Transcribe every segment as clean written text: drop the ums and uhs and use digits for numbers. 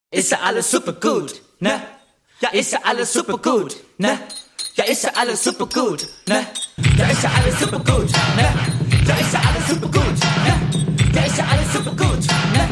Ist ja alles super gut, ne? Ja, ist ja alles super gut, ne? Ja, ist ja alles super gut, ne? Ja, ist ja alles super gut, ne? Ja, ist ja alles super gut, ne? Ja, ist ja alles super gut, ne?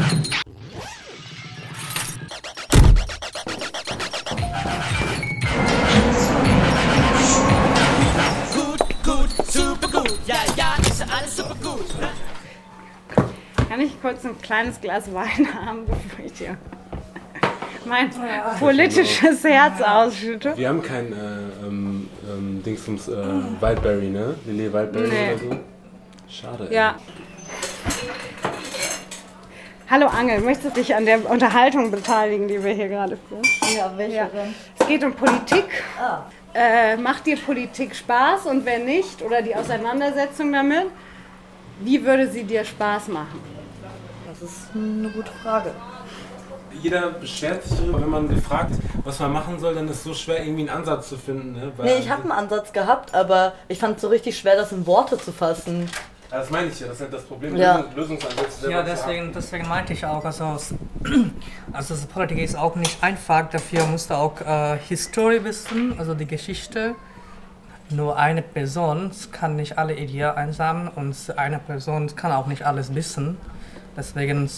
Gut, super gut, ja, ist ja alles super gut, ne? Kann ich kurz ein kleines Glas Wein haben, bevor ich dir mein politisches Herz ausschütte? Wir haben kein Dingsums Wildberry, ne? Lillet Wildberry Nee. oder so. Schade. Ja. Hallo Angel, möchtest du dich an der Unterhaltung beteiligen, die wir hier gerade führen? Ja, welche denn? Es geht um Politik. Ah. Macht dir Politik Spaß und wenn nicht, oder die Auseinandersetzung damit, wie würde sie dir Spaß machen? Das ist eine gute Frage. Jeder beschwert sich darüber, wenn man gefragt, was man machen soll, dann ist es so schwer, irgendwie einen Ansatz zu finden. Ne? Weil Nee, ich habe einen Ansatz gehabt, aber ich fand es so richtig schwer, das in Worte zu fassen. Ja, das meine ich ja, das ist halt das Problem. Ja. Lösungsansätze selber Ja, zu haben. deswegen meinte ich auch, also Politik ist auch nicht einfach, dafür musst du auch Historie wissen, also die Geschichte. Nur eine Person kann nicht alle Ideen einsammeln und eine Person kann auch nicht alles wissen. Deswegen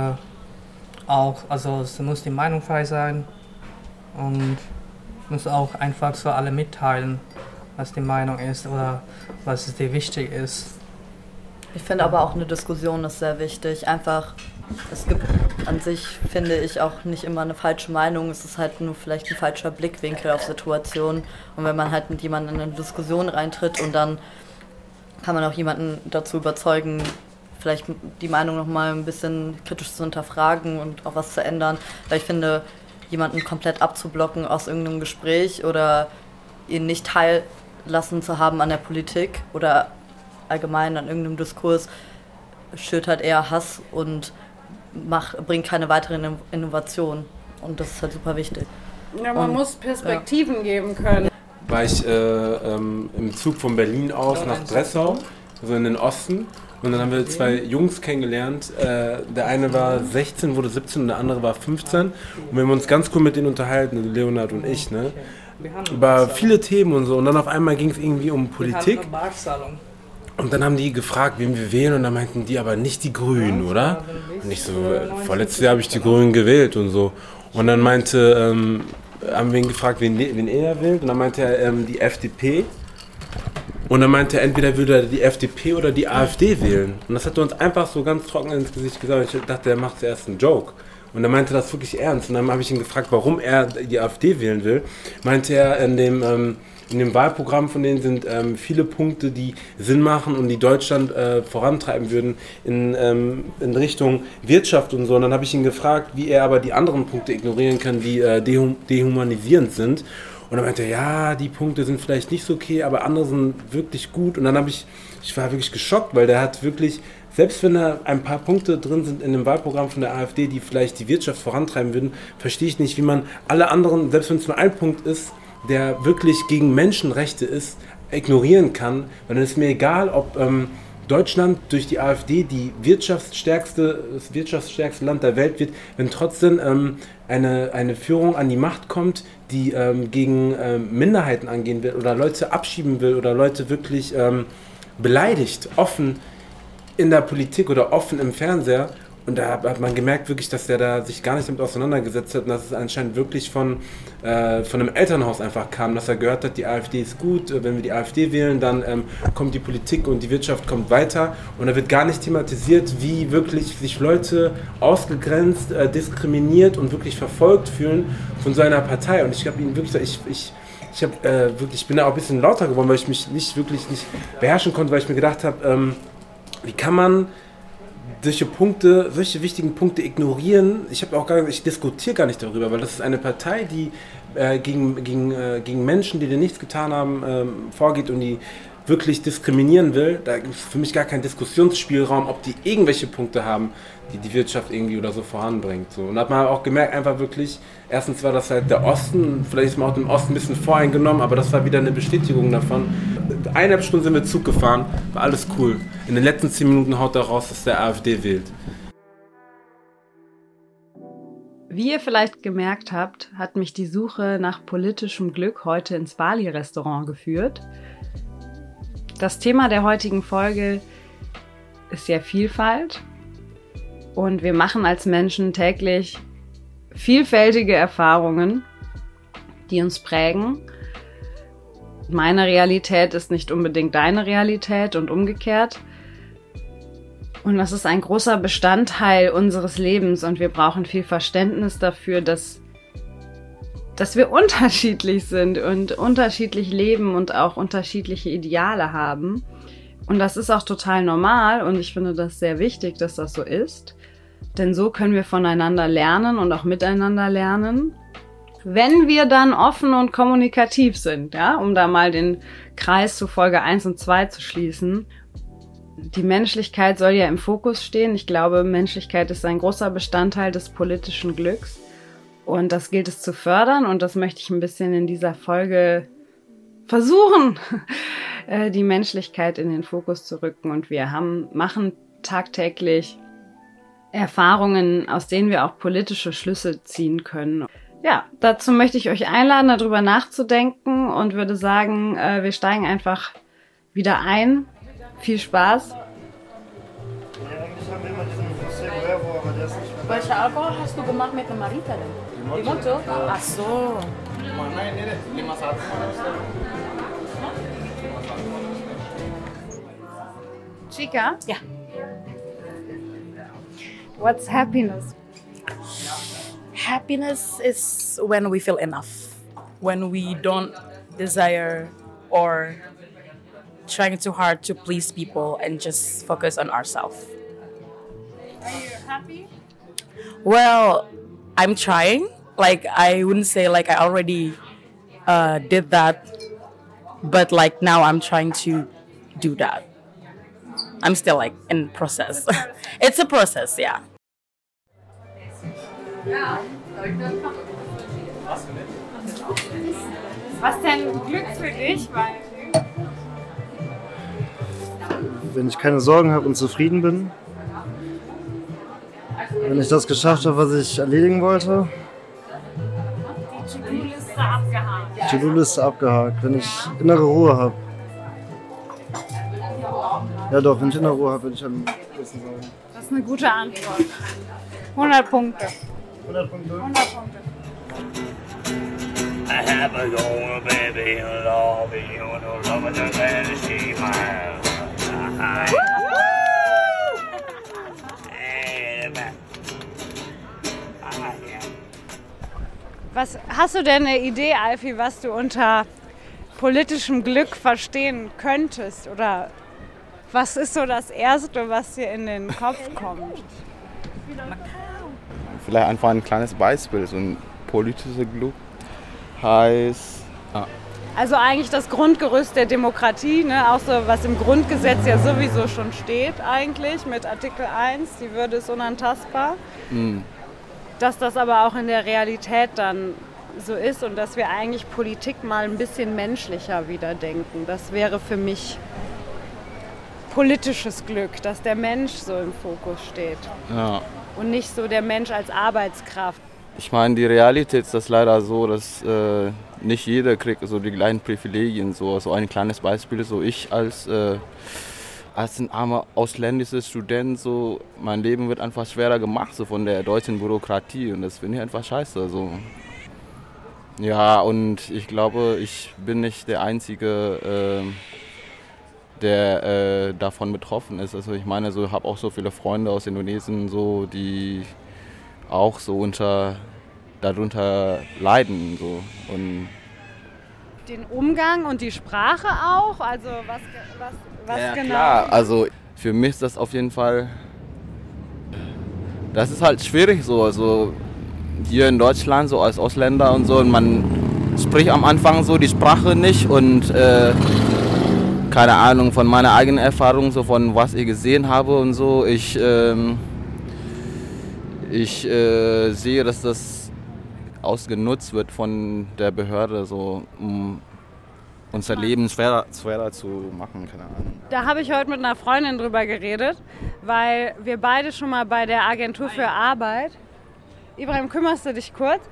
auch, also es muss die Meinung frei sein und muss auch einfach so alle mitteilen, was die Meinung ist oder was dir wichtig ist. Ich finde aber auch eine Diskussion ist sehr wichtig. Einfach, es gibt an sich, finde ich, auch nicht immer eine falsche Meinung. Es ist halt nur vielleicht ein falscher Blickwinkel auf Situationen. Und wenn man halt mit jemandem in eine Diskussion reintritt und dann kann man auch jemanden dazu überzeugen, vielleicht die Meinung nochmal ein bisschen kritisch zu hinterfragen und auch was zu ändern. Weil ich finde, jemanden komplett abzublocken aus irgendeinem Gespräch oder ihn nicht teillassen zu haben an der Politik oder allgemein an irgendeinem Diskurs, schürt halt eher Hass und bringt keine weiteren Innovationen. Und das ist halt super wichtig. Ja, man muss Perspektiven geben können. War ich im Zug von Berlin aus nach Dessau, also in den Osten. Und dann haben wir zwei Jungs kennengelernt. Der eine war 16, wurde 17 und der andere war 15. Und wir haben uns ganz cool mit denen unterhalten, Leonard und ich, ne? Über viele Themen und so. Und dann auf einmal ging es irgendwie um Politik. Und dann haben die gefragt, wen wir wählen. Und dann meinten die, aber nicht die Grünen, oder? Und ich so, vorletztes Jahr habe ich die Grünen gewählt und so. Und dann haben wir ihn gefragt, wen er wählt. Und dann meinte er die FDP. Und dann meinte er, entweder würde er die FDP oder die AfD wählen. Und das hat er uns einfach so ganz trocken ins Gesicht gesagt. Ich dachte, er macht zuerst einen Joke. Und er meinte das wirklich ernst. Und dann habe ich ihn gefragt, warum er die AfD wählen will. Meinte er, in dem Wahlprogramm von denen sind viele Punkte, die Sinn machen und die Deutschland vorantreiben würden in Richtung Wirtschaft und so. Und dann habe ich ihn gefragt, wie er aber die anderen Punkte ignorieren kann, die dehumanisierend sind. Und dann meinte er, ja, die Punkte sind vielleicht nicht so okay, aber andere sind wirklich gut. Und dann ich war wirklich geschockt, weil der hat wirklich, selbst wenn da ein paar Punkte drin sind in dem Wahlprogramm von der AfD, die vielleicht die Wirtschaft vorantreiben würden, verstehe ich nicht, wie man alle anderen, selbst wenn es nur ein Punkt ist, der wirklich gegen Menschenrechte ist, ignorieren kann. Weil dann ist mir egal, ob Deutschland durch die AfD das wirtschaftsstärkste Land der Welt wird, wenn trotzdem eine Führung an die Macht kommt, die gegen Minderheiten angehen will oder Leute abschieben will oder Leute wirklich beleidigt, offen in der Politik oder offen im Fernseher. Und da hat man gemerkt wirklich, dass der da sich gar nicht damit auseinandergesetzt hat und dass es anscheinend wirklich von einem Elternhaus einfach kam, dass er gehört hat, die AfD ist gut, wenn wir die AfD wählen, dann kommt die Politik und die Wirtschaft kommt weiter. Und da wird gar nicht thematisiert, wie wirklich sich Leute ausgegrenzt, diskriminiert und wirklich verfolgt fühlen von so einer Partei. Und ich habe ihn wirklich, ich bin da auch ein bisschen lauter geworden, weil ich mich nicht beherrschen konnte, weil ich mir gedacht habe, wie kann man solche wichtigen Punkte ignorieren. Ich diskutiere gar nicht darüber, weil das ist eine Partei, die gegen Menschen, die dir nichts getan haben, vorgeht und die wirklich diskriminieren will. Da gibt es für mich gar keinen Diskussionsspielraum, ob die irgendwelche Punkte haben, die die Wirtschaft irgendwie oder so voranbringt. So. Und da hat man auch gemerkt, einfach wirklich, erstens war das halt der Osten, vielleicht ist man auch dem Osten ein bisschen voreingenommen, aber das war wieder eine Bestätigung davon. 1,5 Stunden sind wir Zug gefahren, war alles cool. In den letzten 10 Minuten haut er raus, dass der AfD wählt. Wie ihr vielleicht gemerkt habt, hat mich die Suche nach politischem Glück heute ins Bali-Restaurant geführt. Das Thema der heutigen Folge ist ja Vielfalt. Und wir machen als Menschen täglich vielfältige Erfahrungen, die uns prägen. Meine Realität ist nicht unbedingt deine Realität und umgekehrt. Und das ist ein großer Bestandteil unseres Lebens und wir brauchen viel Verständnis dafür, dass wir unterschiedlich sind und unterschiedlich leben und auch unterschiedliche Ideale haben. Und das ist auch total normal und ich finde das sehr wichtig, dass das so ist. Denn so können wir voneinander lernen und auch miteinander lernen, wenn wir dann offen und kommunikativ sind, ja, um da mal den Kreis zu Folge 1 und 2 zu schließen. Die Menschlichkeit soll ja im Fokus stehen. Ich glaube, Menschlichkeit ist ein großer Bestandteil des politischen Glücks. Und das gilt es zu fördern und das möchte ich ein bisschen in dieser Folge versuchen, die Menschlichkeit in den Fokus zu rücken. Und wir machen tagtäglich Erfahrungen, aus denen wir auch politische Schlüsse ziehen können. Ja, dazu möchte ich euch einladen, darüber nachzudenken und würde sagen, wir steigen einfach wieder ein. Viel Spaß. Eigentlich haben wir immer diesen José Huevo, aber der ist nicht mehr. Welcher Alkohol hast du gemacht mit der Marita denn? Limoto? Ach so. Chica? Ja. What's happiness? Happiness is when we feel enough. When we don't desire or trying too hard to please people and just focus on ourselves. Are you happy? Well, I'm trying. Like, I wouldn't say like I already did that, but like now I'm trying to do that. I'm still like in process. It's a process, yeah. Was denn Glück für dich? Weil Wenn ich keine Sorgen habe und zufrieden bin, wenn ich das geschafft habe, was ich erledigen wollte, die To-Do-Liste abgehakt. To-Do-Liste abgehakt, wenn ich innere Ruhe habe. Ja doch, wenn ich innere Ruhe habe, würde ich am besten sagen. Das ist eine gute Antwort. 100 Punkte. 100 Punkte. 100 Punkte. I have a gold baby, love you, love the fantasy, Was hast du denn eine Idee, Alfie, was du unter politischem Glück verstehen könntest? Oder was ist so das Erste, was dir in den Kopf kommt? Vielleicht einfach ein kleines Beispiel. So ein politisches Glück heißt... Also eigentlich das Grundgerüst der Demokratie, ne? Auch so, was im Grundgesetz ja sowieso schon steht eigentlich, mit Artikel 1, die Würde ist unantastbar. Dass das aber auch in der Realität dann so ist und dass wir eigentlich Politik mal ein bisschen menschlicher wieder denken. Das wäre für mich politisches Glück, dass der Mensch so im Fokus steht. Ja. Und nicht so der Mensch als Arbeitskraft. Ich meine, die Realität ist das leider so, dass nicht jeder kriegt so die gleichen Privilegien. So ein kleines Beispiel, so ich als ein armer ausländischer Student, so mein Leben wird einfach schwerer gemacht so von der deutschen Bürokratie und das finde ich einfach scheiße. So. Ja, und ich glaube, ich bin nicht der Einzige, der davon betroffen ist. Also ich meine, so habe auch so viele Freunde aus Indonesien, so die auch so darunter leiden. So. Und Den Umgang und die Sprache auch? Also was ja, genau? Klar, also für mich ist das auf jeden Fall, das ist halt schwierig so. Also hier in Deutschland so als Ausländer und so und man spricht am Anfang so die Sprache nicht und keine Ahnung von meiner eigenen Erfahrung, so von was ich gesehen habe und so. Ich sehe, dass das ausgenutzt wird von der Behörde, so, um unser Leben schwerer zu machen, keine Ahnung. Da habe ich heute mit einer Freundin drüber geredet, weil wir beide schon mal bei der Agentur für Arbeit Ibrahim, kümmerst du dich kurz?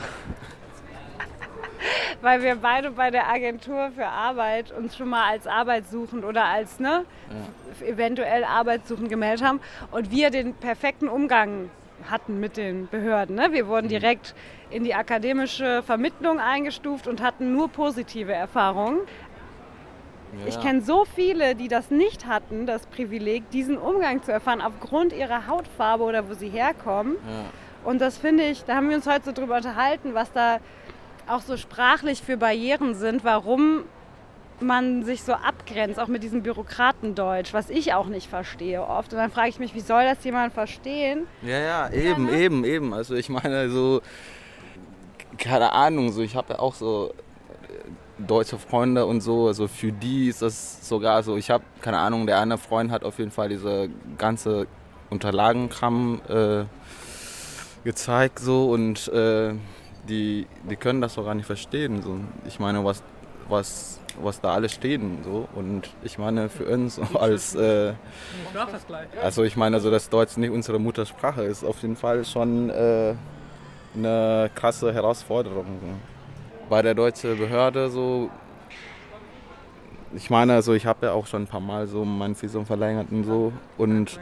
Weil wir beide bei der Agentur für Arbeit uns schon mal als arbeitssuchend oder als eventuell arbeitssuchend gemeldet haben und wir den perfekten Umgang hatten mit den Behörden. Ne? Wir wurden direkt in die akademische Vermittlung eingestuft und hatten nur positive Erfahrungen. Ja. Ich kenne so viele, die das nicht hatten, das Privileg, diesen Umgang zu erfahren, aufgrund ihrer Hautfarbe oder wo sie herkommen. Ja. Und das finde ich, da haben wir uns heute so drüber unterhalten, was da auch so sprachlich für Barrieren sind, warum man sich so abgrenzt, auch mit diesem Bürokratendeutsch, was ich auch nicht verstehe oft. Und dann frage ich mich, wie soll das jemand verstehen? Ja, eben. Also ich meine so, keine Ahnung, so ich habe ja auch so deutsche Freunde und so, also für die ist das sogar so, ich habe, keine Ahnung, der eine Freund hat auf jeden Fall diese ganze Unterlagenkram gezeigt so und die können das doch gar nicht verstehen. So. Ich meine, was da alles steht so. Und ich meine, für uns als also ich meine, also dass Deutsch nicht unsere Muttersprache ist, auf jeden Fall schon eine krasse Herausforderung. So. Bei der deutschen Behörde so, ich meine, also ich habe ja auch schon ein paar Mal so mein Visum verlängert und so und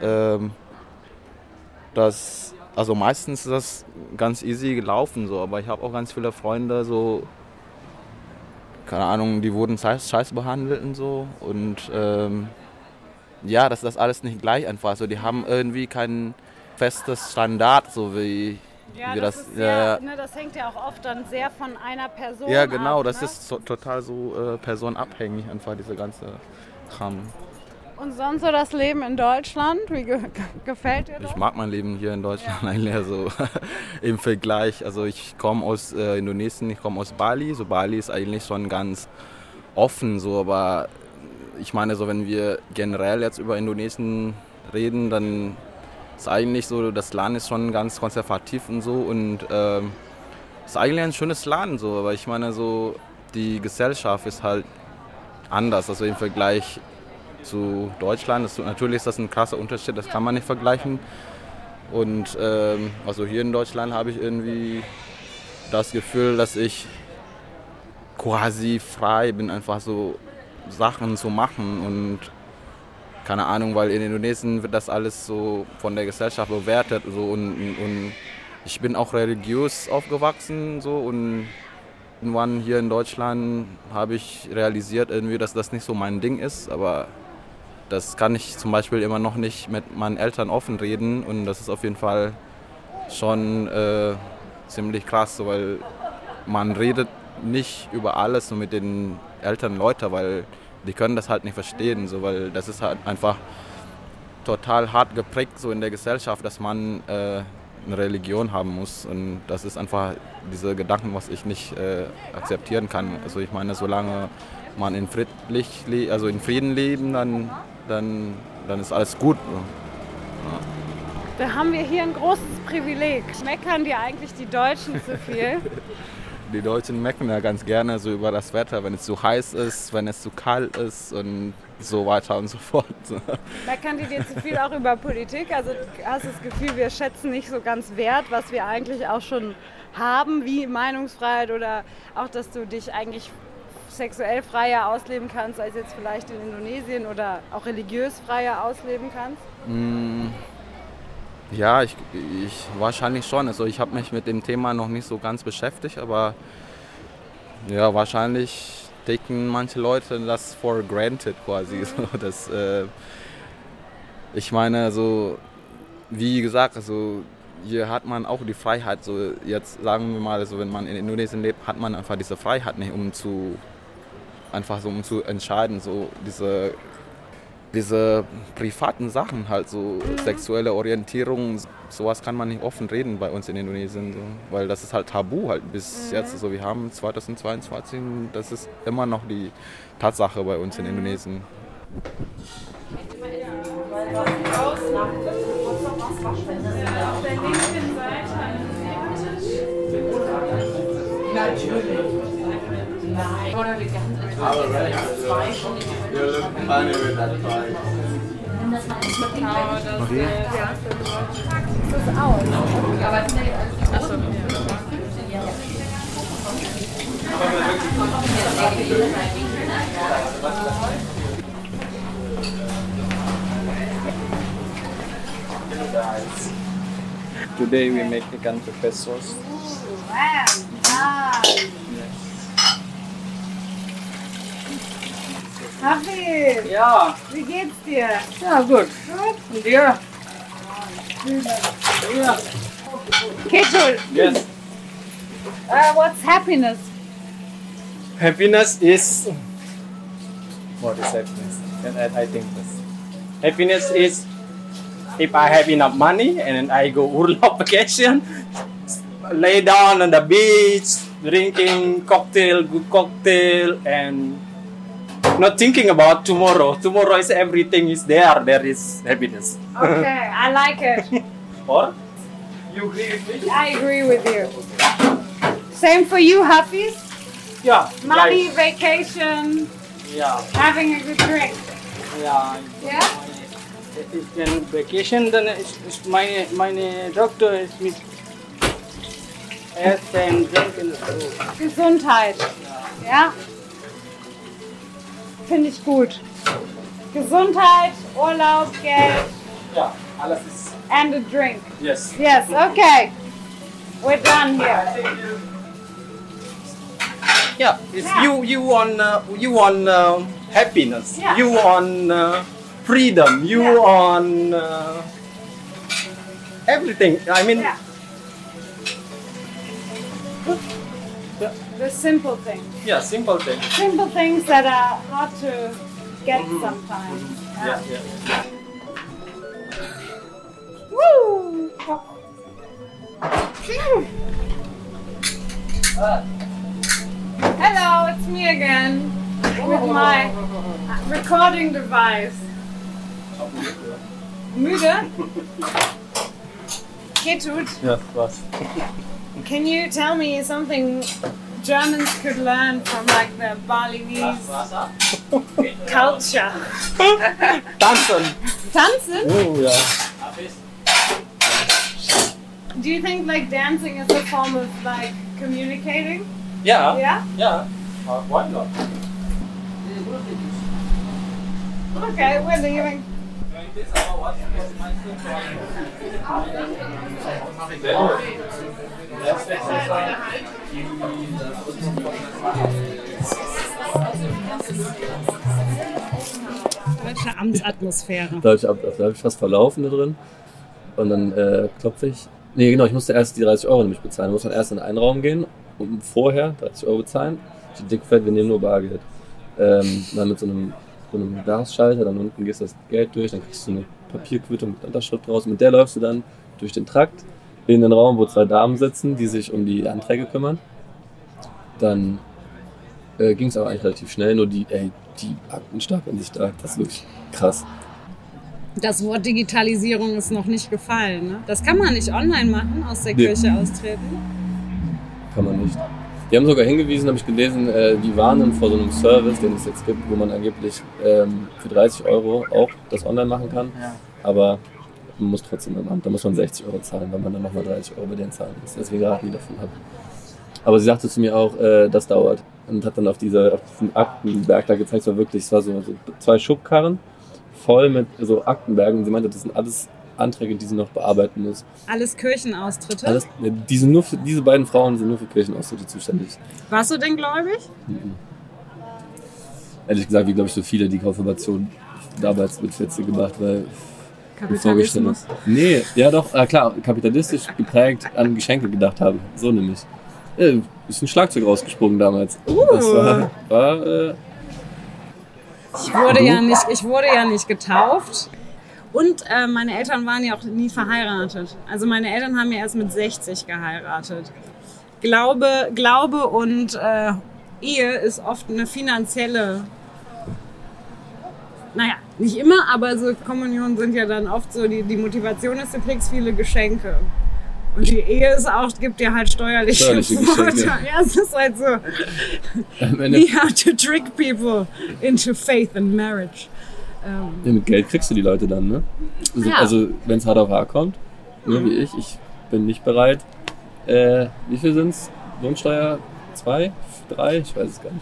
also meistens ist das ganz easy gelaufen, so, aber ich habe auch ganz viele Freunde, so, keine Ahnung, die wurden scheiße behandelt und so. Und ja, das ist das alles nicht gleich einfach. So, die haben irgendwie kein festes Standard, so wie das. Das hängt ja auch oft dann sehr von einer Person ab. Ja, genau, ab, das ne? ist total so personabhängig, einfach diese ganze Kram. Und sonst so das Leben in Deutschland? Wie gefällt dir das? Ich mag mein Leben hier in Deutschland eigentlich so im Vergleich. Also ich komme aus Indonesien, ich komme aus Bali. So Bali ist eigentlich schon ganz offen, so, aber ich meine so, wenn wir generell jetzt über Indonesien reden, dann ist eigentlich so, das Land ist schon ganz konservativ und so und ist eigentlich ein schönes Land, so, aber ich meine so, die Gesellschaft ist halt anders, also im Vergleich zu Deutschland. Natürlich ist das ein krasser Unterschied, das kann man nicht vergleichen. Und also hier in Deutschland habe ich irgendwie das Gefühl, dass ich quasi frei bin, einfach so Sachen zu machen. Und keine Ahnung, weil in Indonesien wird das alles so von der Gesellschaft bewertet. So, und ich bin auch religiös aufgewachsen. So, und irgendwann hier in Deutschland habe ich realisiert, irgendwie, dass das nicht so mein Ding ist. Aber das kann ich zum Beispiel immer noch nicht mit meinen Eltern offen reden und das ist auf jeden Fall schon ziemlich krass, so, weil man redet nicht über alles so mit den Eltern Leute, weil die können das halt nicht verstehen, so, weil das ist halt einfach total hart geprägt so in der Gesellschaft, dass man eine Religion haben muss und das ist einfach diese Gedanken, was ich nicht akzeptieren kann. Also ich meine, solange man in Frieden leben, dann ist alles gut. Ja. Da haben wir hier ein großes Privileg. Meckern dir eigentlich die Deutschen zu viel? Die Deutschen meckern ja ganz gerne so über das Wetter, wenn es zu heiß ist, wenn es zu kalt ist und so weiter und so fort. Meckern die dir zu viel auch über Politik? Also hast du das Gefühl, wir schätzen nicht so ganz wert, was wir eigentlich auch schon haben, wie Meinungsfreiheit oder auch, dass du dich eigentlich sexuell freier ausleben kannst als jetzt vielleicht in Indonesien oder auch religiös freier ausleben kannst? Ja, ich wahrscheinlich schon. Also ich habe mich mit dem Thema noch nicht so ganz beschäftigt, aber ja, wahrscheinlich taken manche Leute das for granted quasi. So, dass, ich meine, so wie gesagt, also hier hat man auch die Freiheit. So jetzt sagen wir mal, also wenn man in Indonesien lebt, hat man einfach diese Freiheit nicht, um zu entscheiden, so diese privaten Sachen halt, so sexuelle Orientierung, sowas kann man nicht offen reden bei uns in Indonesien, so, weil das ist halt tabu halt bis jetzt, so wir haben 2022, das ist immer noch die Tatsache bei uns in Indonesien. Das aus. Today we make ikan pepes sauce. Hafiz, Ja, wie geht's dir? ja, gut. Gut? Und dir? Ja. Ketul, Yes. what's happiness? Happiness is what is happiness? And I think this. Happiness is if I have enough money and I go urlaub vacation, lay down on the beach, drinking good cocktail, and not thinking about tomorrow. Tomorrow is everything is there. There is happiness. Okay, I like it. Or you agree with me? I agree with you. Same for you, Hafiz? Yeah. Money, vacation, Yeah. having a good drink. Yeah. Yeah? If it's in vacation, then it's my doctor is mit Essen, Trinken. Gesundheit. Ja? Finde ich gut. Gesundheit, Urlaub, Geld, Yeah. Alles ist. and a drink. Yes. Yes, okay. We're done here. Yeah. It's Yeah. you want happiness. Yeah. You want freedom. You Yeah. want everything. I mean. Yeah. The simple things. Yeah. Simple thing. Simple things that are hard to get sometimes. Yeah. Yeah. Woo! Hello, it's me again with my recording device. Müde? Ketut, Yeah. Was? can you tell me something Germans could learn from like the Balinese culture? Tanzen. Tanzen? Oh yeah. Do you think like dancing is a form of like communicating? Yeah. Yeah? Yeah. Why not? Okay, we're leaving. Deutsche Amtsatmosphäre. Da habe ich fast verlaufen da drin. Und dann klopfe ich. Nee, genau, ich musste erst die 30 Euro nämlich bezahlen. Da muss man erst in einen Raum gehen und vorher 30 Euro bezahlen. Die Dickfett, wir nehmen nur Bargeld. Dann mit so einem Glasschalter, dann unten gehst du das Geld durch, dann kriegst du eine Papierquittung mit Unterschrift raus. Mit der läufst du dann durch den Trakt in den Raum, wo 2 Damen sitzen, die sich um die Anträge kümmern. Dann ging es aber eigentlich relativ schnell, nur die Akten stapeln sich da, das ist wirklich krass. Das Wort Digitalisierung ist noch nicht gefallen. Ne? Das kann man nicht online machen, aus der Nee. Kirche austreten. Kann man nicht. Die haben sogar hingewiesen, habe ich gelesen, die warnen vor so einem Service, den es jetzt gibt, wo man angeblich für 30 Euro auch das online machen kann. Ja. Aber man muss trotzdem im Amt, da muss man 60 Euro zahlen, weil man dann nochmal 30 Euro bei denen zahlen muss. Deswegen raten die davon ab. Aber sie sagte zu mir auch, das dauert. Und hat dann auf diesen Aktenberg da gezeigt, es war so 2 Schubkarren voll mit so Aktenbergen. Sie meinte, das sind alles Anträge, die sie noch bearbeiten muss. Alles Kirchenaustritte. Alles, diese beiden Frauen sind nur für Kirchenaustritte zuständig. Warst du denn gläubig? Ehrlich gesagt, wie glaube ich so viele, die Kaufoperationen damals mit 40 gemacht, weil Kapitalismus. Nee, ja doch, klar, kapitalistisch geprägt an Geschenke gedacht haben. So nämlich. Ist ein Schlagzeug rausgesprungen damals. Das war Ich wurde ja nicht getauft. Und meine Eltern waren ja auch nie verheiratet. Also meine Eltern haben ja erst mit 60 geheiratet. Glaube und Ehe ist oft eine finanzielle, naja, nicht immer, aber so Kommunionen sind ja dann oft so, die Motivation ist, du kriegst viele Geschenke. Und die Ehe ist auch, gibt dir halt steuerliche Vorteile. Geschenke. Ja, es ist halt so. We have to trick people into faith and marriage. Ja, mit Geld kriegst du die Leute dann, ne? Also, Ja. also wenn es hart auf hart kommt, ne, wie ich bin nicht bereit. Wie viel sind's? Lohnsteuer 2, 3? Ich weiß es gar nicht.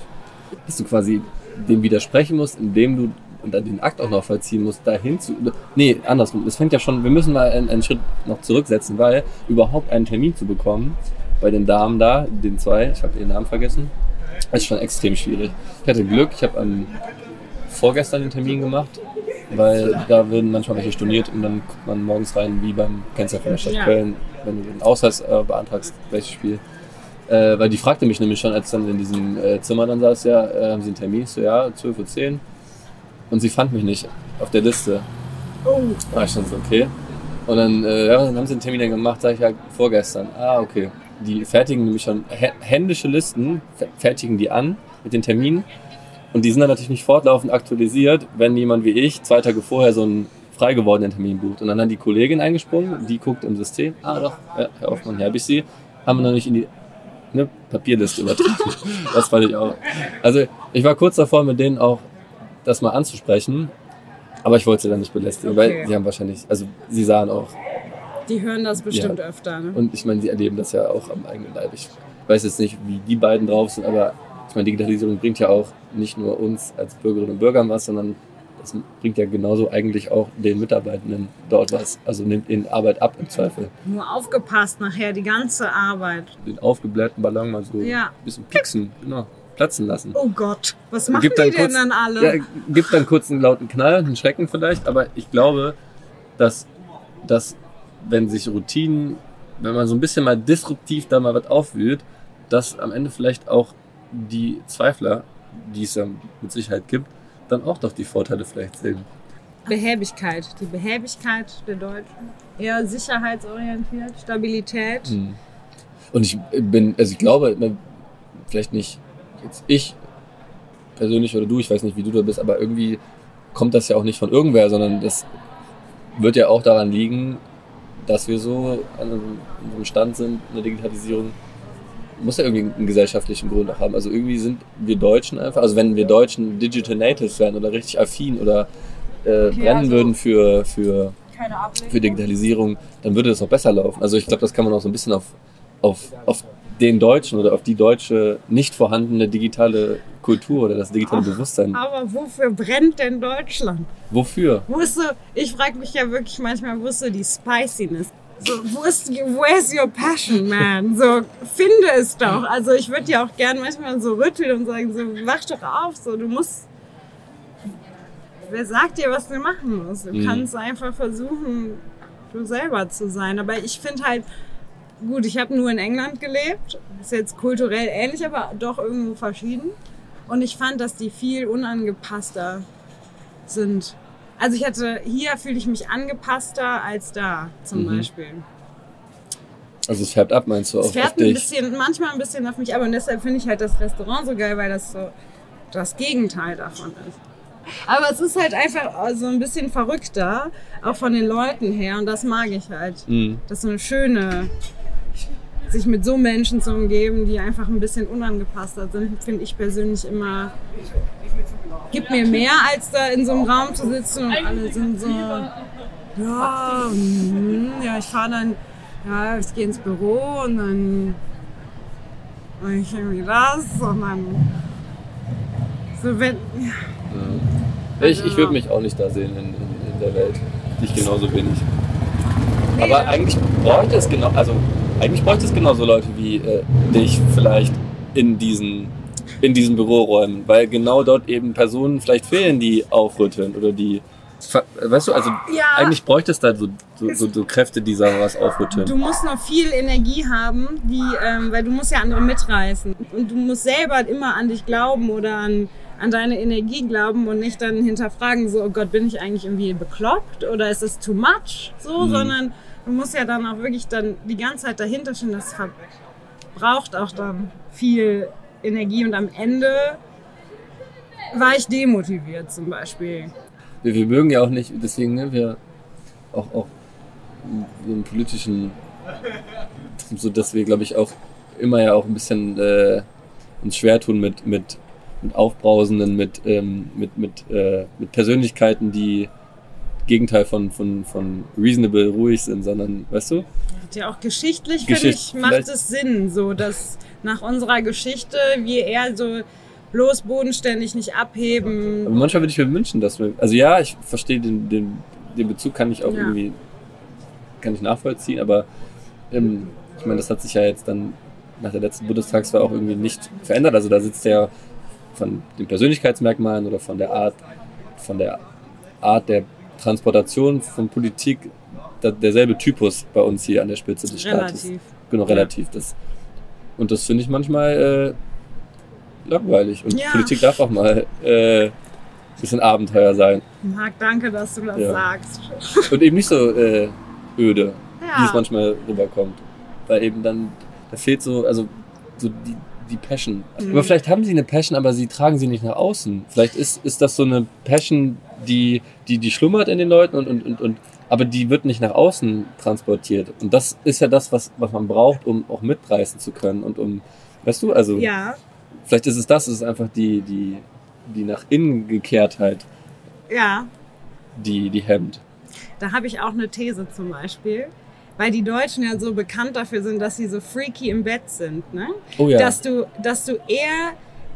dass du quasi dem widersprechen musst, indem du und dann den Akt auch noch vollziehen musst, dahin zu... Nee, andersrum. Es fängt ja schon... Wir müssen mal einen Schritt noch zurücksetzen, weil überhaupt einen Termin zu bekommen bei den Damen da, den 2, ich habe ihren Namen vergessen, ist schon extrem schwierig. Ich hatte Glück, ich habe vorgestern den Termin gemacht, weil da werden manchmal welche storniert und dann guckt man morgens rein, wie kennst du ja von der Stadt Köln, wenn du den Ausweis beantragst, welches Spiel. Weil die fragte mich nämlich schon, als ich dann in diesem Zimmer dann saß, haben Sie einen Termin? Ich so, ja, 12:10 Uhr. Und sie fand mich nicht auf der Liste. Oh. Da war ich schon so, okay. Und dann, dann haben sie den Termin dann gemacht, sag ich ja, vorgestern. Ah, okay. Die fertigen nämlich schon händische Listen, fertigen die an mit den Terminen. Und die sind dann natürlich nicht fortlaufend aktualisiert, wenn jemand wie ich 2 Tage vorher so einen frei gewordenen Termin bucht. Und dann hat die Kollegin eingesprungen, die guckt im System. Ah doch, ja, Herr Hoffmann, hier habe ich Sie. Haben wir noch nicht in die Papierliste übertragen. Das fand ich auch. Also ich war kurz davor, mit denen auch das mal anzusprechen, aber ich wollte sie dann nicht belästigen, weil sie haben wahrscheinlich, also sie sahen auch. Die hören das bestimmt öfter, ne? Und ich meine, sie erleben das ja auch am eigenen Leib. Ich weiß jetzt nicht, wie die beiden drauf sind, aber ich meine, Digitalisierung bringt ja auch nicht nur uns als Bürgerinnen und Bürgern was, sondern das bringt ja genauso eigentlich auch den Mitarbeitenden dort was. Also nimmt ihnen Arbeit ab im Zweifel. Nur aufgepasst nachher, die ganze Arbeit. Den aufgeblähten Ballon mal so ein bisschen pieksen, genau. Platzen lassen. Oh Gott, was machen die denn dann alle? Ja, gibt dann kurz einen lauten Knall, einen Schrecken vielleicht, aber ich glaube, dass wenn sich Routinen, wenn man so ein bisschen mal disruptiv da mal was aufwühlt, dass am Ende vielleicht auch die Zweifler, die es ja mit Sicherheit gibt, dann auch doch die Vorteile vielleicht sehen. Behäbigkeit, die Behäbigkeit der Deutschen. Eher sicherheitsorientiert, Stabilität. Und ich glaube, vielleicht nicht jetzt ich persönlich oder du, ich weiß nicht, wie du da bist, aber irgendwie kommt das ja auch nicht von irgendwer, sondern das wird ja auch daran liegen, dass wir so an einem Stand sind in der Digitalisierung. Muss ja irgendwie einen gesellschaftlichen Grund auch haben. Also irgendwie sind wir Deutschen einfach, also wenn wir Deutschen Digital Natives wären oder richtig affin oder brennen würden für Digitalisierung, dann würde das auch besser laufen. Also ich glaube, das kann man auch so ein bisschen auf den Deutschen oder auf die deutsche nicht vorhandene digitale Kultur oder das digitale Bewusstsein. Aber wofür brennt denn Deutschland? Wofür? Ich frage mich ja wirklich manchmal, wo ist so die Spiciness? So, where's your passion, man? So, finde es doch. Also ich würde ja auch gerne manchmal so rütteln und sagen, so, wach doch auf, so, du musst... Wer sagt dir, was du machen musst? Du kannst einfach versuchen, du selber zu sein. Aber ich finde halt, gut, ich habe nur in England gelebt. Ist jetzt kulturell ähnlich, aber doch irgendwo verschieden. Und ich fand, dass die viel unangepasster sind. Also hier fühle ich mich angepasster als da zum Beispiel. Also es färbt ab, meinst du auch? Es färbt manchmal ein bisschen auf mich ab. Und deshalb finde ich halt das Restaurant so geil, weil das so das Gegenteil davon ist. Aber es ist halt einfach so ein bisschen verrückter, auch von den Leuten her. Und das mag ich halt. Das ist so eine schöne, sich mit so Menschen zu umgeben, die einfach ein bisschen unangepasster sind, finde ich persönlich immer, gibt mir mehr, als da in so einem Raum zu sitzen und alle sind so, ich fahre dann, ich gehe ins Büro und dann mache ich irgendwie das und dann so, wenn... Ich würde mich auch nicht da sehen in der Welt. Nicht genauso wenig. Aber eigentlich bräuchte es genauso Leute wie dich vielleicht in diesen Büroräumen, weil genau dort eben Personen vielleicht fehlen, die aufrütteln oder die, weißt du, also eigentlich bräuchte es da so Kräfte, die sagen, was aufrütteln. Du musst noch viel Energie haben, weil du musst ja andere mitreißen und du musst selber immer an dich glauben oder an deine Energie glauben und nicht dann hinterfragen, so, oh Gott, bin ich eigentlich irgendwie bekloppt oder ist es too much, sondern du musst ja dann auch wirklich dann die ganze Zeit dahinter stehen, das verbraucht auch dann viel Energie und am Ende war ich demotiviert zum Beispiel. Wir mögen ja auch nicht, deswegen, wir auch im politischen, so dass wir, glaube ich, auch immer ja auch ein bisschen uns schwer tun mit Aufbrausenden, mit Persönlichkeiten, die Gegenteil von reasonable, ruhig sind, sondern, weißt du? Ja, auch geschichtlich, finde ich, macht es Sinn, so dass nach unserer Geschichte wir eher so bloß bodenständig, nicht abheben. Aber manchmal würde ich mir wünschen, dass wir, also ja, ich verstehe den Bezug, kann ich auch irgendwie, kann ich nachvollziehen, aber ich meine, das hat sich ja jetzt dann nach der letzten Bundestagswahl auch irgendwie nicht verändert. Also da sitzt ja von den Persönlichkeitsmerkmalen oder von der Art der Transportation von Politik derselbe Typus bei uns hier an der Spitze des Staates. Relativ. Genau, relativ. Und das finde ich manchmal langweilig. Und Politik darf auch mal ein bisschen Abenteuer sein. Marc, danke, dass du das sagst. Und eben nicht so öde, wie es manchmal rüberkommt. Weil eben dann, da fehlt so die Passion. Aber vielleicht haben sie eine Passion, aber sie tragen sie nicht nach außen. Vielleicht ist das so eine Passion, die schlummert in den Leuten aber die wird nicht nach außen transportiert. Und das ist ja das, was man braucht, um auch mitreißen zu können. Und weißt du, also vielleicht ist es ist einfach die nach innen Gekehrtheit, die hemmt. Da habe ich auch eine These zum Beispiel. Weil die Deutschen ja so bekannt dafür sind, dass sie so freaky im Bett sind, ne? Oh ja. Dass du eher,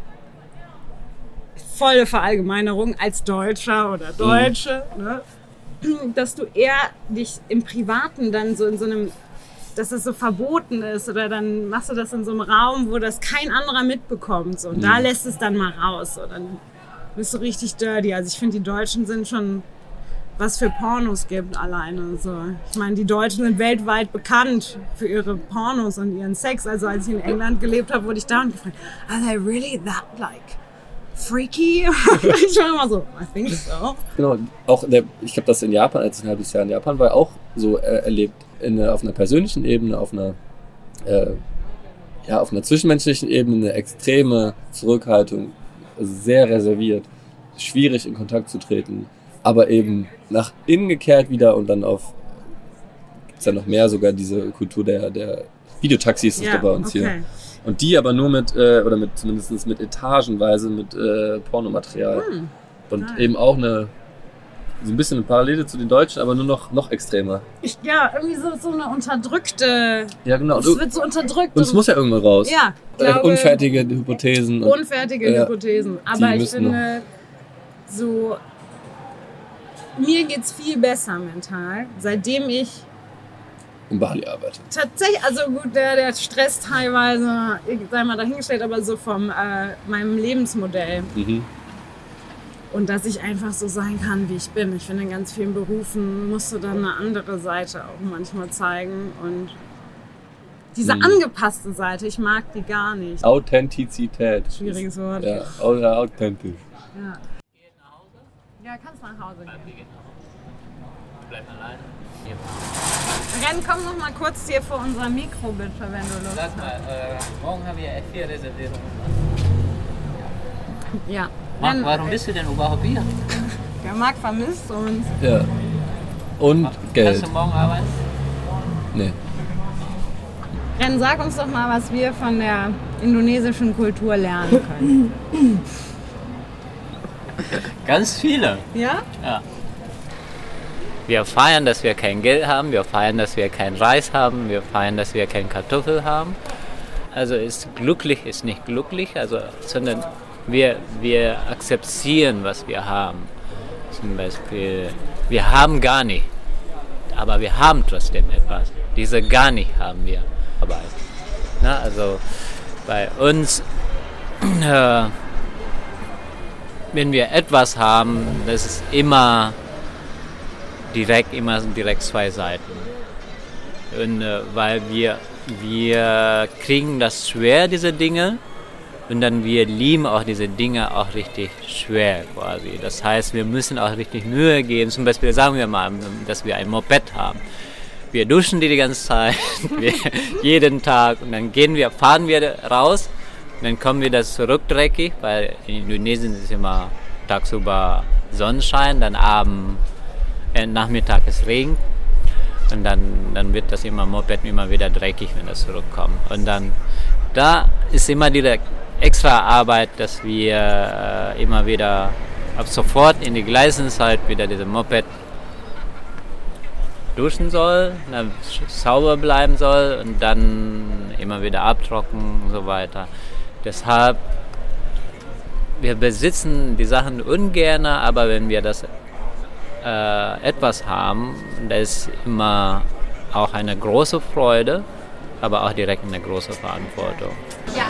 volle Verallgemeinerung, als Deutscher oder Deutsche, ne? Dass du eher dich im Privaten dann so in so einem, dass das so verboten ist, oder dann machst du das in so einem Raum, wo das kein anderer mitbekommt, so. Und da lässt es dann mal raus, so. Dann bist du richtig dirty. Also ich finde, die Deutschen sind schon, was für Pornos gibt alleine. So. Ich meine, die Deutschen sind weltweit bekannt für ihre Pornos und ihren Sex. Also als ich in England gelebt habe, wurde ich da und gefragt, are they really that like freaky? Ich war immer so, I think so. Genau, auch ich habe das in Japan, als ich ein halbes Jahr in Japan war, auch so erlebt. Auf einer persönlichen Ebene, auf einer zwischenmenschlichen Ebene eine extreme Zurückhaltung, also sehr reserviert, schwierig in Kontakt zu treten. Aber eben nach innen gekehrt wieder und dann gibt es ja noch mehr sogar diese Kultur der Videotaxis ist da bei uns hier. Und die aber nur zumindest mit etagenweise mit Pornomaterial. Und eben auch so ein bisschen eine Parallele zu den Deutschen, aber nur noch extremer. Irgendwie so eine unterdrückte... Ja, genau. Es wird so unterdrückt. Und es muss ja irgendwann raus. Ja, glaube, unfertige Hypothesen. Hypothesen. Aber ich finde, so... Mir geht's viel besser mental, seitdem ich in Bali arbeite. Tatsächlich, also gut, der Stress teilweise, sei mal dahingestellt, aber so von meinem Lebensmodell. Und dass ich einfach so sein kann, wie ich bin. Ich finde, in ganz vielen Berufen musst du dann eine andere Seite auch manchmal zeigen. Und diese angepasste Seite, ich mag die gar nicht. Authentizität. Schwieriges Wort. Ja, authentisch. Ja. Ja, kannst nach Hause gehen. Bleib alleine. Renn, komm noch mal kurz hier vor unser Mikro, bitte, wenn du Lust hast. Sag mal, morgen haben wir F4 Reservierungen. Ja. Marc, warum bist du denn überhaupt hier? Der Marc vermisst uns. Ja. Und Geld. Kannst du morgen arbeiten? Nee. Renn, sag uns doch mal, was wir von der indonesischen Kultur lernen können. Ganz viele. Ja? Ja. Wir feiern, dass wir kein Geld haben, wir feiern, dass wir keinen Reis haben, wir feiern, dass wir keine Kartoffel haben. Also ist glücklich, ist nicht glücklich, sondern wir akzeptieren, was wir haben. Zum Beispiel, wir haben gar nicht, aber wir haben trotzdem etwas. Diese gar nicht haben wir. Aber also bei uns, wenn wir etwas haben, das ist immer direkt zwei Seiten. Und weil wir kriegen das schwer, diese Dinge, und dann wir lieben auch diese Dinge auch richtig schwer quasi. Das heißt, wir müssen auch richtig Mühe geben. Zum Beispiel sagen wir mal, dass wir ein Moped haben. Wir duschen die ganze Zeit, jeden Tag, und dann fahren wir raus. Dann kommen wir das zurück dreckig, weil in Indonesien ist immer tagsüber Sonnenschein, dann Nachmittag ist Regen, und dann wird das Moped immer wieder dreckig, wenn das zurückkommt. Und dann da ist immer diese extra Arbeit, dass wir immer wieder ab sofort in die gleichen Zeit wieder diese Moped duschen soll, dann sauber bleiben soll und dann immer wieder abtrocknen und so weiter. Deshalb wir besitzen die Sachen ungern, aber wenn wir das etwas haben, das ist immer auch eine große Freude, aber auch direkt eine große Verantwortung. Ja.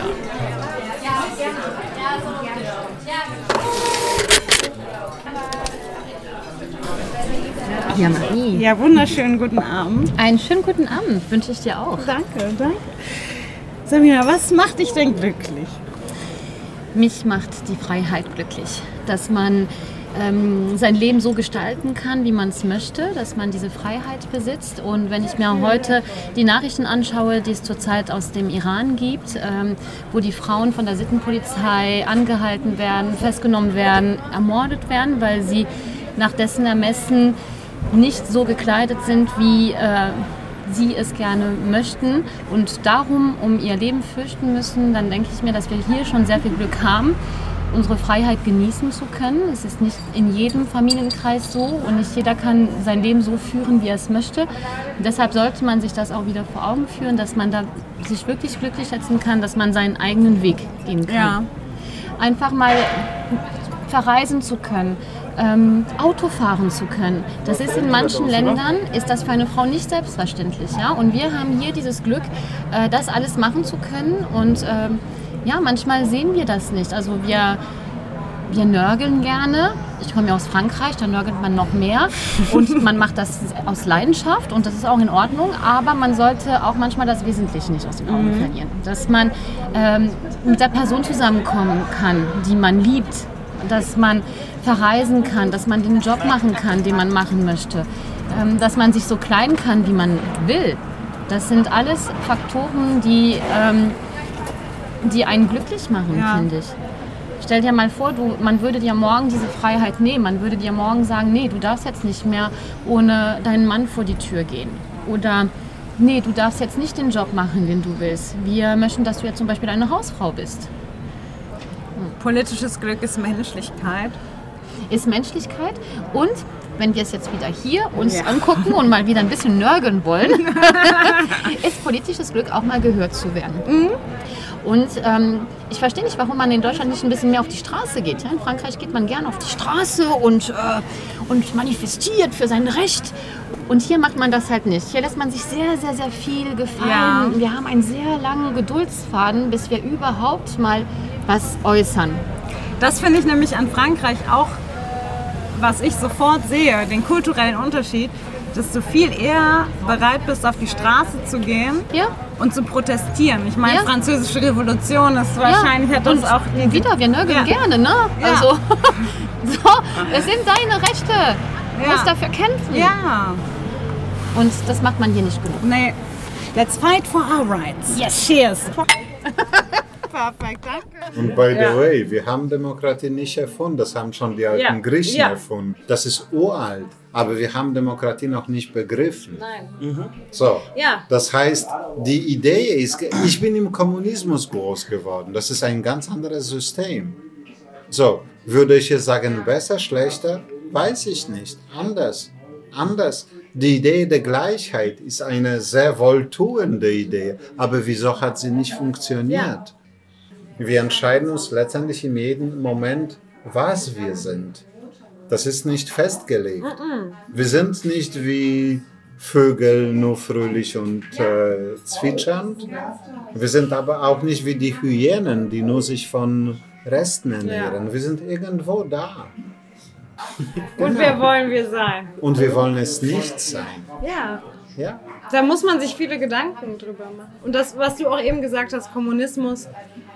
Ja, Marie. Ja, wunderschönen guten Abend. Einen schönen guten Abend wünsche ich dir auch. Danke. Samira, was macht dich denn glücklich? Mich macht die Freiheit glücklich, dass man sein Leben so gestalten kann, wie man es möchte, dass man diese Freiheit besitzt. Und wenn ich mir heute die Nachrichten anschaue, die es zurzeit aus dem Iran gibt, wo die Frauen von der Sittenpolizei angehalten werden, festgenommen werden, ermordet werden, weil sie nach dessen Ermessen nicht so gekleidet sind, wie sie es gerne möchten und darum um ihr Leben fürchten müssen, dann denke ich mir, dass wir hier schon sehr viel Glück haben, unsere Freiheit genießen zu können. Es ist nicht in jedem Familienkreis so und nicht jeder kann sein Leben so führen, wie er es möchte. Und deshalb sollte man sich das auch wieder vor Augen führen, dass man da sich wirklich glücklich schätzen kann, dass man seinen eigenen Weg gehen kann. Ja. Einfach mal verreisen zu können, Auto fahren zu können. Das ist in manchen Ländern, ist das für eine Frau nicht selbstverständlich. Ja? Und wir haben hier dieses Glück, das alles machen zu können. Und ja, manchmal sehen wir das nicht. Also wir nörgeln gerne. Ich komme ja aus Frankreich, da nörgelt man noch mehr. Und man macht das aus Leidenschaft und das ist auch in Ordnung. Aber man sollte auch manchmal das Wesentliche nicht aus den Augen verlieren. Dass man mit der Person zusammenkommen kann, die man liebt. Dass man verreisen kann, dass man den Job machen kann, den man machen möchte. Dass man sich so kleiden kann, wie man will. Das sind alles Faktoren, die einen glücklich machen, finde ich. Stell dir mal vor, man würde dir morgen diese Freiheit nehmen. Man würde dir morgen sagen, nee, du darfst jetzt nicht mehr ohne deinen Mann vor die Tür gehen. Oder nee, du darfst jetzt nicht den Job machen, den du willst. Wir möchten, dass du jetzt zum Beispiel eine Hausfrau bist. Politisches Glück ist Menschlichkeit. Ist Menschlichkeit und wenn wir es jetzt wieder hier uns angucken und mal wieder ein bisschen nörgeln wollen, ist politisches Glück auch mal gehört zu werden. Und ich verstehe nicht, warum man in Deutschland nicht ein bisschen mehr auf die Straße geht. Ja, in Frankreich geht man gerne auf die Straße und manifestiert für sein Recht. Und hier macht man das halt nicht. Hier lässt man sich sehr, sehr, sehr viel gefallen. Ja. Wir haben einen sehr langen Geduldsfaden, bis wir überhaupt mal was äußern. Das finde ich nämlich an Frankreich auch, was ich sofort sehe, den kulturellen Unterschied, dass du viel eher bereit bist, auf die Straße zu gehen und zu protestieren. Ich meine, französische Revolution ist wahrscheinlich, hat uns auch... Wieder, wir nörgeln gerne, ne? Ja. Also, so, es sind deine Rechte. Du musst dafür kämpfen. Ja. Und das macht man hier nicht genug. Nee. Let's fight for our rights. Yes. Cheers. Perfekt, danke. Und by the way, wir haben Demokratie nicht erfunden, das haben schon die alten Griechen erfunden. Das ist uralt, aber wir haben Demokratie noch nicht begriffen. Nein. So, das heißt, die Idee ist, ich bin im Kommunismus groß geworden, das ist ein ganz anderes System. So, würde ich jetzt sagen, besser, schlechter? Weiß ich nicht. Anders. Die Idee der Gleichheit ist eine sehr wohltuende Idee, aber wieso hat sie nicht funktioniert? Wir entscheiden uns letztendlich in jedem Moment, was wir sind. Das ist nicht festgelegt. Wir sind nicht wie Vögel, nur fröhlich und zwitschernd. Wir sind aber auch nicht wie die Hyänen, die nur sich von Resten ernähren. Wir sind irgendwo da. Und wer wollen wir sein? Und wir wollen es nicht sein. Ja. Da muss man sich viele Gedanken drüber machen. Und das, was du auch eben gesagt hast, Kommunismus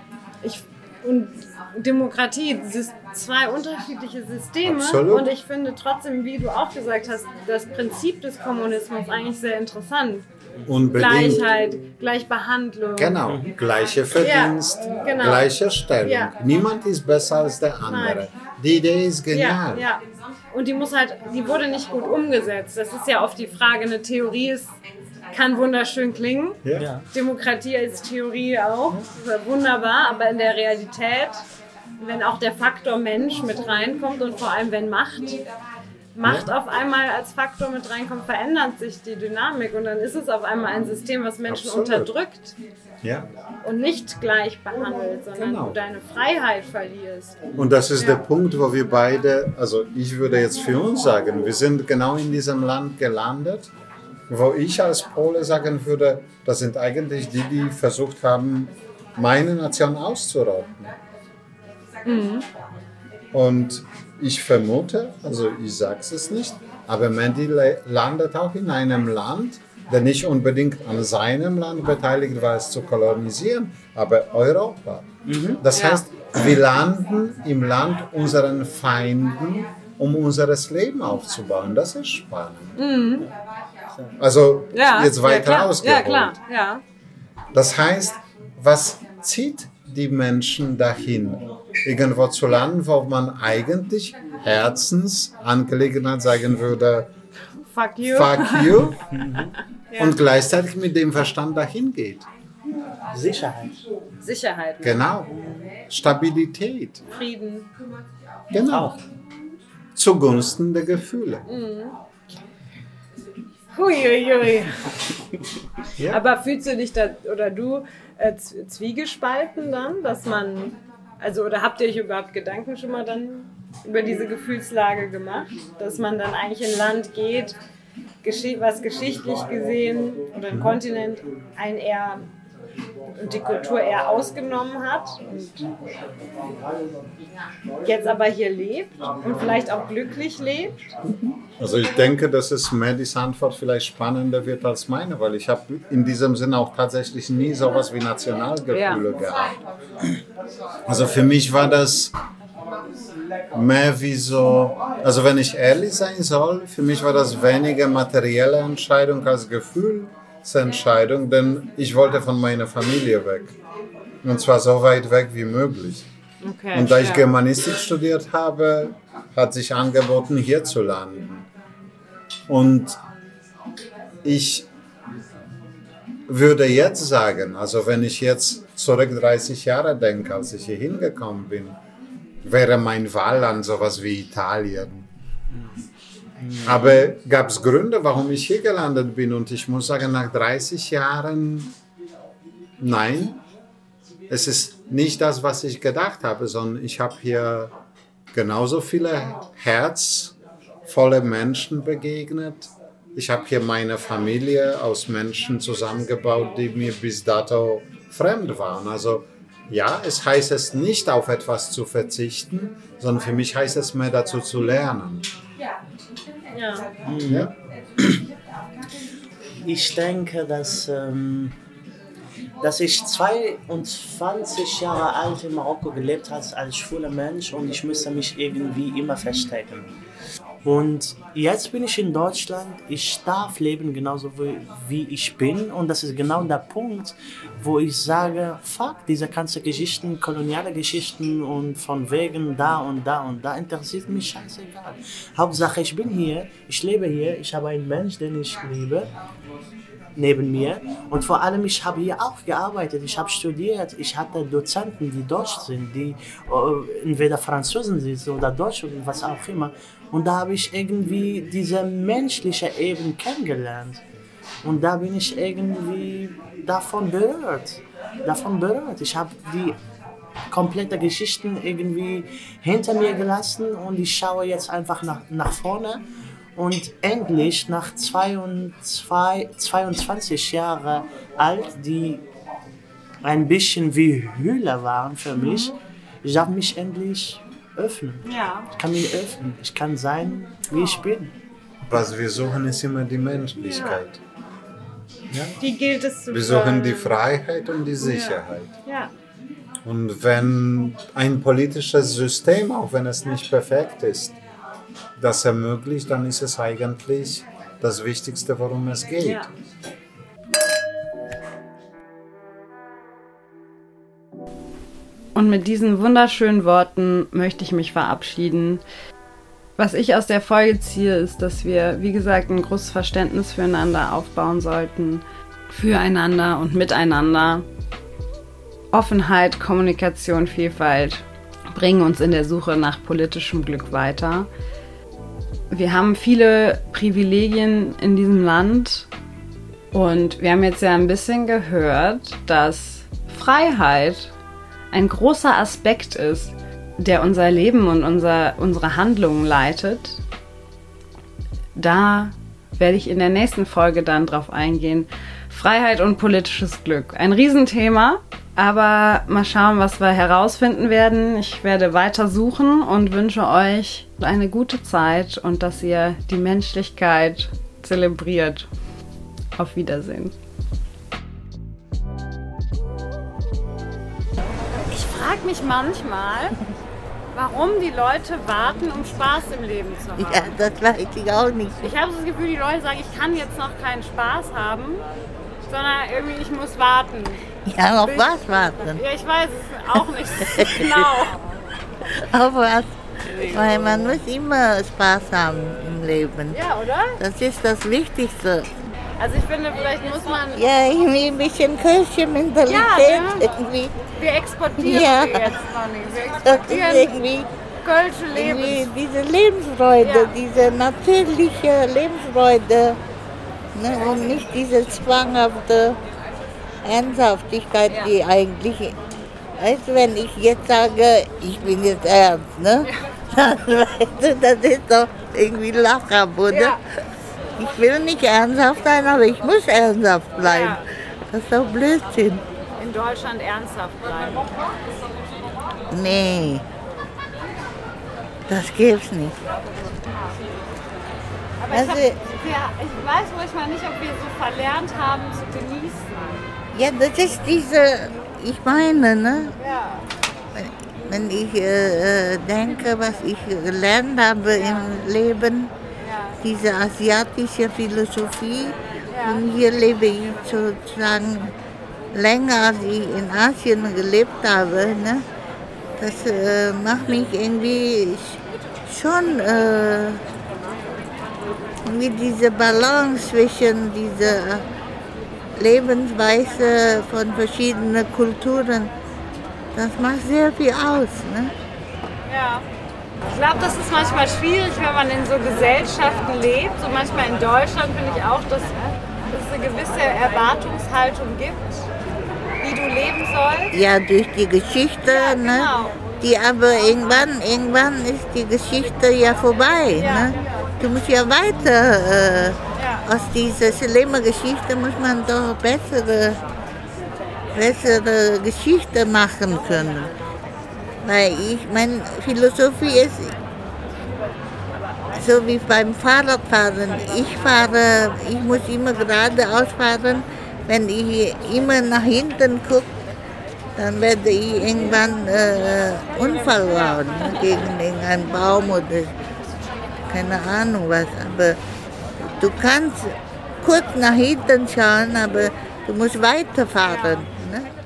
und Demokratie, das sind zwei unterschiedliche Systeme. Absolut. Und ich finde trotzdem, wie du auch gesagt hast, das Prinzip des Kommunismus eigentlich sehr interessant. Unbedingt. Gleichheit, Gleichbehandlung. Genau, gleicher Verdienst, gleiche Stellung. Ja. Niemand ist besser als der andere. Nein. Die Idee ist genial. Ja. Und die wurde nicht gut umgesetzt. Das ist ja oft die Frage, eine Theorie kann wunderschön klingen. Ja. Demokratie als Theorie auch, wunderbar, aber in der Realität, wenn auch der Faktor Mensch mit reinkommt und vor allem wenn Macht Macht auf einmal als Faktor mit reinkommt, verändert sich die Dynamik und dann ist es auf einmal ein System, was Menschen unterdrückt und nicht gleich behandelt, sondern du deine Freiheit verlierst. Und das ist der Punkt, wo wir beide, also ich würde jetzt für uns sagen, wir sind genau in diesem Land gelandet, wo ich als Pole sagen würde, das sind eigentlich die versucht haben, meine Nation auszurotten. Mhm. Und ich vermute, also ich sage es nicht, aber Mandy landet auch in einem Land, der nicht unbedingt an seinem Land beteiligt war, es zu kolonisieren, aber Europa. Das heißt, wir landen im Land unseren Feinden, um unser Leben aufzubauen. Das ist spannend. Mhm. Also jetzt weiter ausgeholt. Ja, klar. Ja. Das heißt, was zieht die Menschen dahin? Irgendwo zu landen, wo man eigentlich Herzensangelegenheit sagen würde, fuck you, und gleichzeitig mit dem Verstand dahin geht. Sicherheit. Genau. Stabilität. Frieden. Genau. Zugunsten der Gefühle. Huiuiui. Aber fühlst du dich da, oder du, zwiegespalten dann, dass man, also, oder habt ihr euch überhaupt Gedanken schon mal dann über diese Gefühlslage gemacht, dass man dann eigentlich in ein Land geht, was geschichtlich gesehen oder ein Kontinent einen eher und die Kultur eher ausgenommen hat und jetzt aber hier lebt und vielleicht auch glücklich lebt? Also ich denke, dass es Maddys Antwort vielleicht spannender wird als meine, weil ich habe in diesem Sinne auch tatsächlich nie sowas wie Nationalgefühle gehabt. Also für mich war das mehr wie so, also wenn ich ehrlich sein soll, für mich war das weniger materielle Entscheidung als Gefühlsentscheidung, denn ich wollte von meiner Familie weg. Und zwar so weit weg wie möglich. Okay, und da ich Germanistik studiert habe, hat sich angeboten, hier zu landen. Und ich würde jetzt sagen, also wenn ich jetzt zurück 30 Jahre denke, als ich hier hingekommen bin, wäre mein Wahlland sowas wie Italien. Aber gab es Gründe, warum ich hier gelandet bin? Und ich muss sagen, nach 30 Jahren, nein, es ist nicht das, was ich gedacht habe, sondern ich habe hier genauso viele herzvolle Menschen begegnet. Ich habe hier meine Familie aus Menschen zusammengebaut, die mir bis dato fremd waren. Also ja, es heißt es nicht, auf etwas zu verzichten, sondern für mich heißt es mehr dazu zu lernen. Ja. Ich denke, dass ich 22 Jahre alt in Marokko gelebt habe als schwuler Mensch und ich musste mich irgendwie immer verstecken. Und jetzt bin ich in Deutschland, ich darf leben genauso wie ich bin und das ist genau der Punkt, wo ich sage, fuck, diese ganzen Geschichten, koloniale Geschichten und von wegen da und da und da interessiert mich scheißegal. Hauptsache ich bin hier, ich lebe hier, ich habe einen Mensch, den ich liebe, neben mir und vor allem ich habe hier auch gearbeitet, ich habe studiert, ich hatte Dozenten, die Deutsch sind, die entweder Franzosen sind oder Deutsch und was auch immer. Und da habe ich irgendwie diese menschliche Ebene kennengelernt. Und da bin ich irgendwie davon berührt. Ich habe die komplette Geschichten irgendwie hinter mir gelassen und ich schaue jetzt einfach nach vorne. Und endlich, nach 22 Jahren alt, die ein bisschen wie Hülle waren für mich, ich darf mich endlich öffnen. Ja. Ich kann mich öffnen. Ich kann sein, wie ich bin. Was wir suchen, ist immer die Menschlichkeit. Ja. Die gilt es zu Wir suchen die Freiheit und die Sicherheit. Ja. Und wenn ein politisches System, auch wenn es nicht perfekt ist, das ermöglicht, dann ist es eigentlich das Wichtigste, worum es geht. Ja. Und mit diesen wunderschönen Worten möchte ich mich verabschieden. Was ich aus der Folge ziehe, ist, dass wir, wie gesagt, ein großes Verständnis füreinander aufbauen sollten. Füreinander und miteinander. Offenheit, Kommunikation, Vielfalt bringen uns in der Suche nach politischem Glück weiter. wir haben viele Privilegien in diesem Land und wir haben jetzt ja ein bisschen gehört, dass Freiheit ein großer Aspekt ist, der unser Leben und unsere Handlungen leitet. Da werde ich in der nächsten Folge dann drauf eingehen. Freiheit und politisches Glück. Ein Riesenthema, aber mal schauen, was wir herausfinden werden. Ich werde weiter suchen und wünsche euch eine gute Zeit und dass ihr die Menschlichkeit zelebriert. Auf Wiedersehen. Ich frage mich manchmal, warum die Leute warten, um Spaß im Leben zu haben. Ja, das weiß ich auch nicht. Ich habe das Gefühl, die Leute sagen, ich kann jetzt noch keinen Spaß haben, sondern irgendwie ich muss warten. Ja, auf was warten? Ja, ich weiß es auch nicht so genau. Auf was? Weil man muss immer Spaß haben im Leben. Ja, oder? Das ist das Wichtigste. Also ich finde, vielleicht muss man... Ja, irgendwie ein bisschen Kirchenmentalität. Ja, ne? Irgendwie. Wir exportieren Ja. sie jetzt, Manni. Wir Das exportieren ist irgendwie kölsche Lebens... diese Lebensfreude, Ja. diese natürliche Lebensfreude. Ne? Und nicht diese zwanghafte Ernsthaftigkeit, die eigentlich... Weißt du, wenn ich jetzt sage, ich bin jetzt ernst, ne? Dann, weißt du, das ist doch irgendwie lachhaft, oder? Ja. Ich will nicht ernsthaft sein, aber ich muss ernsthaft bleiben. Ja. Das ist doch Blödsinn. In Deutschland ernsthaft bleiben. Nee, das gibt's nicht. Aber Also, ich weiß manchmal nicht, ob wir so verlernt haben zu genießen. ja, das ist diese, ich meine, ne? Ja. Wenn ich denke, was ich gelernt habe im Leben, diese asiatische Philosophie, und hier lebe ich sozusagen länger, als ich in Asien gelebt habe, ne? Das macht mich irgendwie schon irgendwie diese Balance zwischen dieser Lebensweise von verschiedenen Kulturen, das macht sehr viel aus. Ne? Ja. Ich glaube, das ist manchmal schwierig, wenn man in so Gesellschaften lebt. So manchmal in Deutschland finde ich auch, dass es eine gewisse Erwartungshaltung gibt, wie du leben sollst. Ja, durch die Geschichte, Ja, ne? genau. Die aber irgendwann ist die Geschichte ja vorbei. Ja. Ne? Du musst ja weiter, aus dieser schlimmen Geschichte muss man doch bessere Geschichte machen können. Weil meine Philosophie ist so wie beim Fahrradfahren. Ich muss immer geradeaus fahren. Wenn ich immer nach hinten gucke, dann werde ich irgendwann Unfall bauen, ne, gegen irgendeinen Baum oder keine Ahnung was. Aber du kannst kurz nach hinten schauen, aber du musst weiterfahren. Ne?